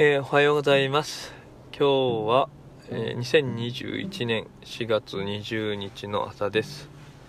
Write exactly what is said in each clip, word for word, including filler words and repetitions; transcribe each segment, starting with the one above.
えー、おはようございます。今日は、えー、にせんにじゅういちねんしがつにじゅうにちの朝です。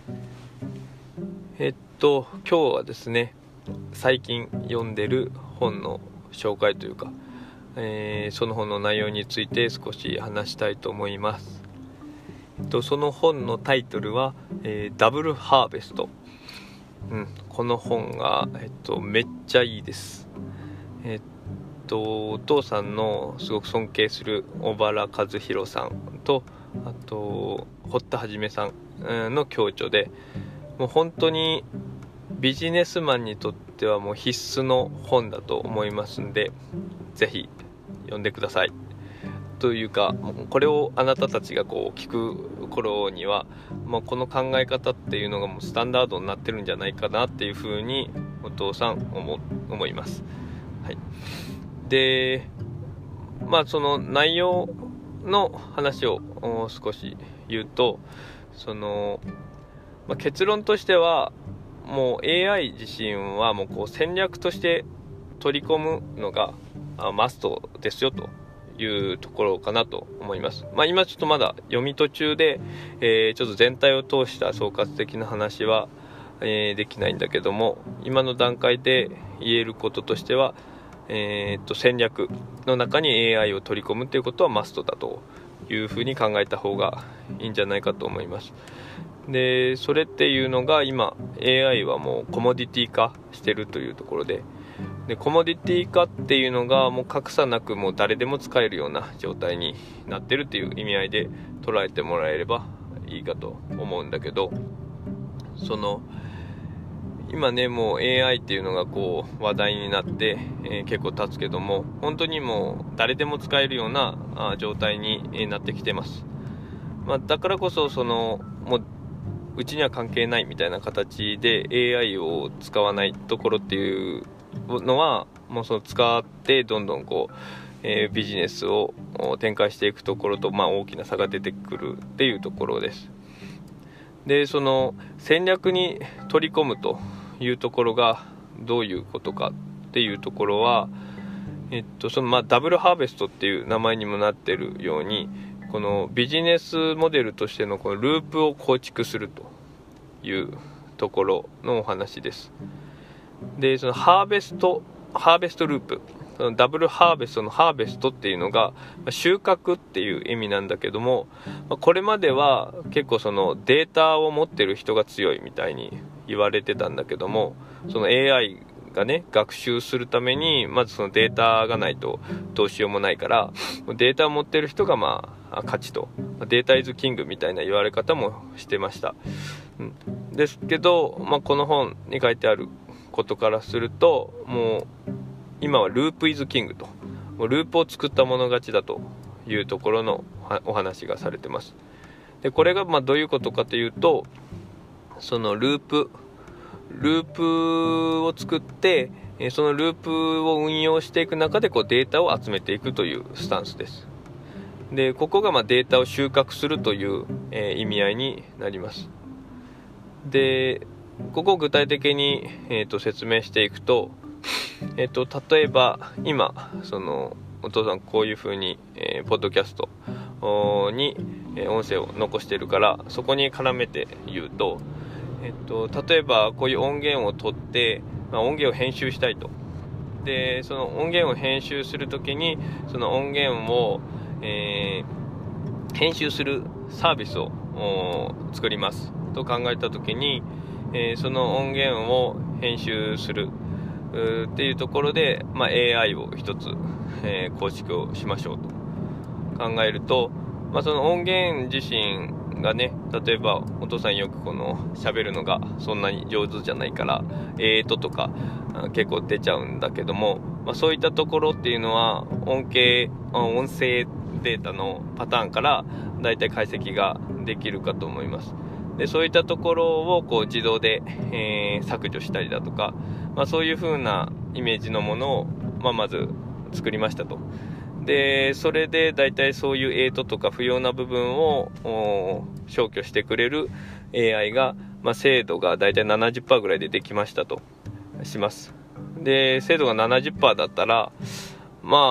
えっと今日はですね、最近読んでる本の紹介というか、えー、その本の内容について少し話したいと思います。えっと、その本のタイトルは、えー、ダブルハーベスト。うん、この本が、えっと、めっちゃいいです。えっと、お父さんのすごく尊敬する小原和弘さんと、あと堀田一さんの共著で、もう本当にビジネスマンにとってはもう必須の本だと思いますんで、ぜひ読んでください。というか、これをあなたたちがこう聞く頃には、まあ、この考え方っていうのがもうスタンダードになってるんじゃないかなっていうふうにお父さん思思います。はい。で、まあその内容の話を少し言うと、その、まあ、結論としてはもう エーアイ 自身はもうこう戦略として取り込むのがマストですよというところかなと思います。まあ、今ちょっとまだ読み途中で、えー、ちょっと全体を通した総括的な話は、えー、できないんだけども、今の段階で言えることとしては、えー、と戦略の中に エーアイ を取り込むということはマストだというふうに考えた方がいいんじゃないかと思います。で、それっていうのが今 エーアイ はもうコモディティ化してるというところで、でコモディティ化っていうのがもう格差なくもう誰でも使えるような状態になってるっていう意味合いで捉えてもらえればいいかと思うんだけど、その今ね、もう エーアイ っていうのがこう話題になって、えー、結構経つけども、本当にもう誰でも使えるようなあ状態になってきてます。まあ、だからこそそのもううちには関係ないみたいな形で エーアイ を使わないところっていうのは、もうその使ってどんどんこう、えー、ビジネスを展開していくところと、まあ、大きな差が出てくるっていうところです。で、その戦略に取り込むというところがどういうことかっていうところは、えっとそのまあダブルハーベストっていう名前にもなってるように、このビジネスモデルとしてのこのループを構築するというところのお話です。で、そのハーベストハーベストループ、そのダブルハーベストのハーベストっていうのが収穫っていう意味なんだけども、これまでは結構そのデータを持ってる人が強いみたいに言われてたんだけども、その エーアイ がね学習するためにまずそのデータがないとどうしようもないから、データを持ってる人がまあ勝ちと、データイズキングみたいな言われ方もしてました。うん、ですけど、まあ、この本に書いてあることからすると、もう今はループイズキングと、もうループを作った者勝ちだというところのお話がされてます。で、これがまあどういうことかというと、そのループループを作って、そのループを運用していく中でこうデータを集めていくというスタンスです。で、ここがまあデータを収穫するという、えー、意味合いになります。で、ここを具体的に、えー、と説明していくと、えー、と例えば今そのお父さんこういう風に、えー、ポッドキャストに、えー、音声を残してるから、そこに絡めて言うと、えっと、例えばこういう音源を取って、まあ、音源を編集したいと。で、その音源を編集するときにその音源を、えー、編集するサービスを作りますと考えたときに、えー、その音源を編集するっていうところで、まあ、エーアイ を一つ、えー、構築をしましょうと考えると、まあ、その音源自身がね、例えばお父さんよくこの喋るのがそんなに上手じゃないからえーととか結構出ちゃうんだけども、まあ、そういったところっていうのは音形音声データのパターンからだいたい解析ができるかと思います。で、そういったところをこう自動で、えー、削除したりだとか、まあ、そういう風なイメージのものを、まあ、まず作りましたと。で、それでだいたいそういうエイトとか不要な部分を消去してくれる エーアイ が、まあ、精度がだいたい ななじゅっパーセント ぐらいでできましたとします。で、精度が ななじゅっパーセント だったら、まあ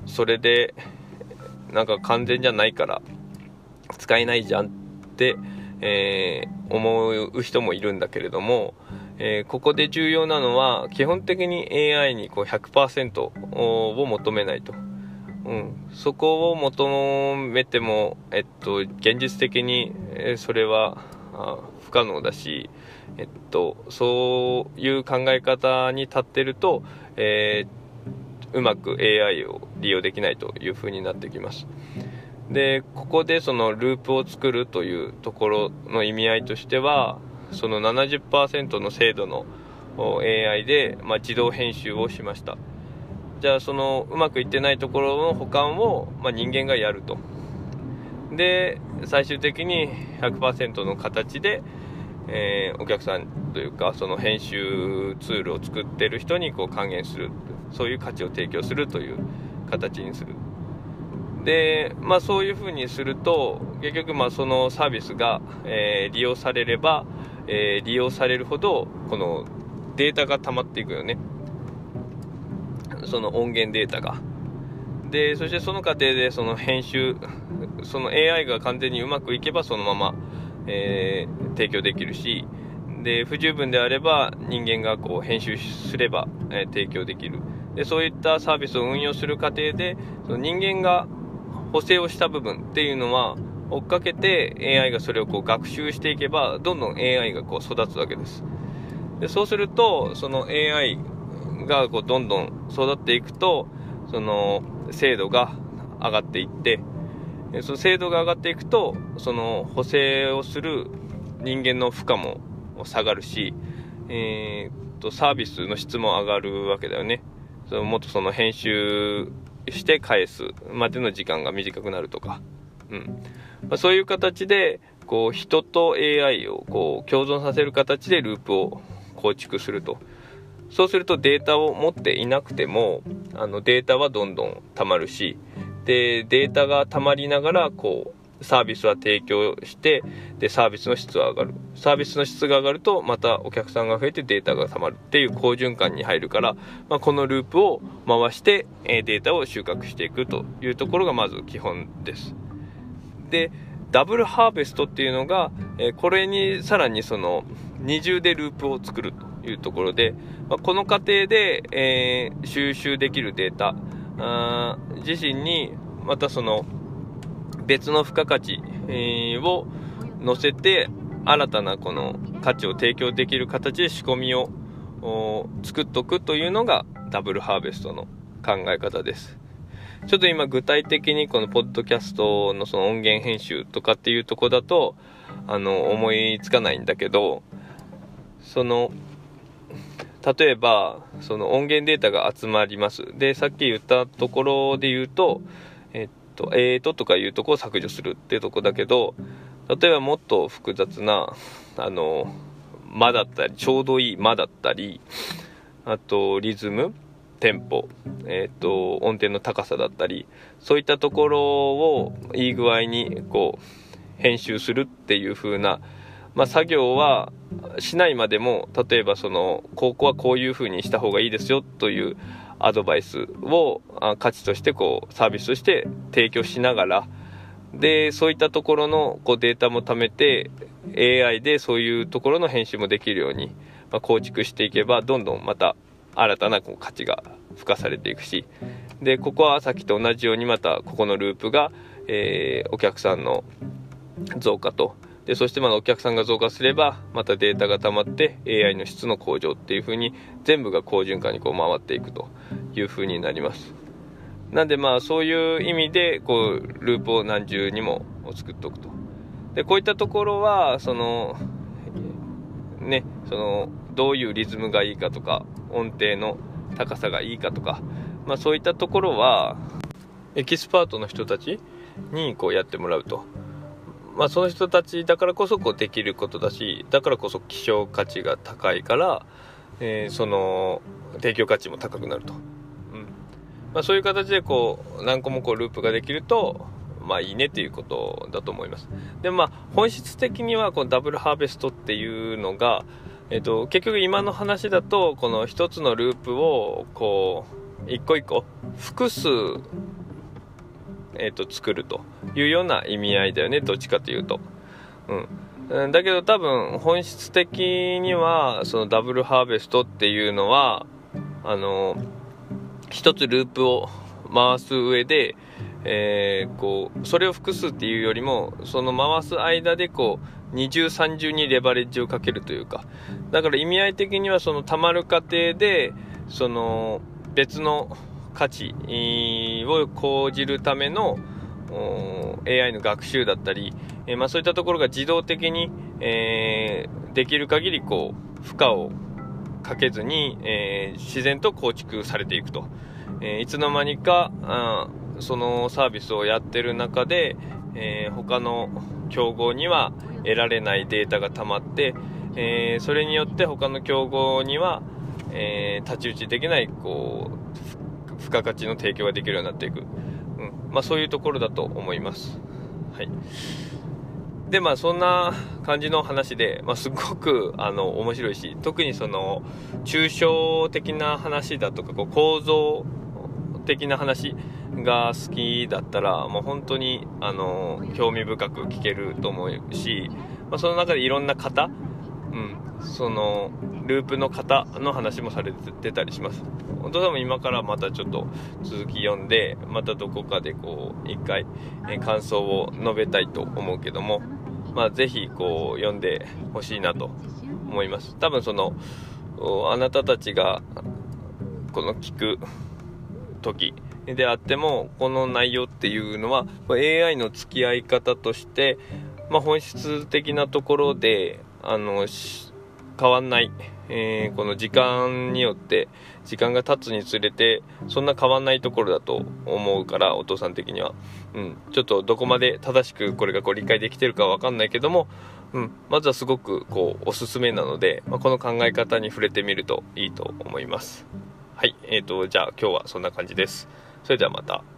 それでなんか完全じゃないから使えないじゃんって、えー、思う人もいるんだけれども、えー、ここで重要なのは基本的に エーアイ にこう ひゃくパーセント を求めないと、うん、そこを求めても、えっと、現実的に、えー、それは不可能だし、えっと、そういう考え方に立ってると、えー、うまく エーアイ を利用できないというふうになってきます。で、ここでそのループを作るというところの意味合いとしては、その ななじゅっパーセント の精度の エーアイ で、まあ、自動編集をしました。じゃあそのうまくいってないところの補完を、まあ、人間がやると。で、最終的に ひゃくパーセント の形で、えー、お客さんというかその編集ツールを作ってる人にこう還元する、そういう価値を提供するという形にする。で、まあ、そういうふうにすると結局まあそのサービスが、えー、利用されれば、えー、利用されるほどこのデータが溜まっていくよね、その音源データが。で、そしてその過程でその編集、その エーアイ が完全にうまくいけばそのまま、えー、提供できるし、で不十分であれば人間がこう編集すれば、えー、提供できる。で、そういったサービスを運用する過程でその人間が補正をした部分っていうのは追っかけて エーアイ がそれをこう学習していけばどんどん エーアイ がこう育つわけです。で、そうするとその エーアイ がこうどんどん育っていくとその精度が上がっていって、その精度が上がっていくとその補正をする人間の負荷も下がるし、えー、とサービスの質も上がるわけだよね。そのもっとその編集して返すまでの時間が短くなるとか、うんまあ、そういう形でこう人と エーアイ をこう共存させる形でループを構築すると。そうするとデータを持っていなくてもあのデータはどんどん溜まるし、でデータが溜まりながらこうサービスは提供して、でサービスの質は上がる。サービスの質が上がるとまたお客さんが増えてデータが溜まるっていう好循環に入るから、まあ、このループを回してデータを収穫していくというところがまず基本です。で、ダブルハーベストっていうのがこれにさらにその二重でループを作るというところで、まあ、この過程で、えー、収集できるデータあー自身にまたその別の付加価値、えー、を乗せて新たなこの価値を提供できる形で仕込みを作っとくというのがダブルハーベストの考え方です。ちょっと今具体的にこのポッドキャストのその音源編集とかっていうとこだとあの思いつかないんだけど、その例えばその音源データが集まります。で、さっき言ったところで言うとえっとえーととかいうところを削除するっていうところだけど、例えばもっと複雑なあの間だったりちょうどいい間だったり、あとリズム、テンポ、えっと音程の高さだったり、そういったところをいい具合にこう編集するっていう風な、まあ、作業はしないまでも、例えばそのここはこういう風にした方がいいですよというアドバイスを価値としてこうサービスとして提供しながら、でそういったところのこうデータも貯めて エーアイ でそういうところの編集もできるように、まあ、構築していけばどんどんまた新たなこう価値が付加されていくし、でここはさっきと同じようにまたここのループが、えー、お客さんの増加と、でそしてまだお客さんが増加すればまたデータが溜まって エーアイ の質の向上っていう風に全部が好循環にこう回っていくという風になります。なんでまあそういう意味でこうループを何重にも作っておくと。でこういったところはそのねそのどういうリズムがいいかとか音程の高さがいいかとか、まあ、そういったところはエキスパートの人たちにこうやってもらうと、まあ、その人たちだからこそこうできることだし、だからこそ希少価値が高いから、えー、その提供価値も高くなると、うんまあ、そういう形でこう何個もこうループができるとまあいいねということだと思います。でまあ本質的にはこのダブルハーベストっていうのが、えー、と結局今の話だとこの一つのループをこう一個一個複数えー、と作るというような意味合いだよね、どっちかというと。うん、だけど多分本質的にはそのダブルハーベストっていうのはあの一つループを回す上で、えー、こうそれを複数っていうよりもその回す間でこう二重三重にレバレッジをかけるというか、だから意味合い的にはその溜まる過程でその別の価値を講じるための エーアイ の学習だったり、えーまあ、そういったところが自動的に、えー、できる限りこう負荷をかけずに、えー、自然と構築されていくと、えー、いつの間にかあそのサービスをやってる中で、えー、他の競合には得られないデータが溜まって、えー、それによって他の競合には、えー、太刀打ちできないこう付加価値の提供ができるようになっていく、うんまあ、そういうところだと思います。はい。でまあそんな感じの話で、まあ、すごくあの面白いし、特にその抽象的な話だとかこう構造的な話が好きだったらもう本当にあの興味深く聞けると思うし、まあ、その中でいろんな型、うん、そのループの型の話もされてたりします。お父さんも今からまたちょっと続き読んで、またどこかでこう一回感想を述べたいと思うけども、まあ、ぜひこう読んでほしいなと思います。多分そのあなたたちがこの聞く時であってもこの内容っていうのは エーアイ の付き合い方として、まあ、本質的なところであの変わんない、えー、この時間によって時間が経つにつれてそんな変わんないところだと思うから、お父さん的には、うん、ちょっとどこまで正しくこれがこう理解できてるかわかんないけども、うん、まずはすごくこうおすすめなので、まあ、この考え方に触れてみるといいと思います。はい、えーとじゃあ今日はそんな感じです。それではまた。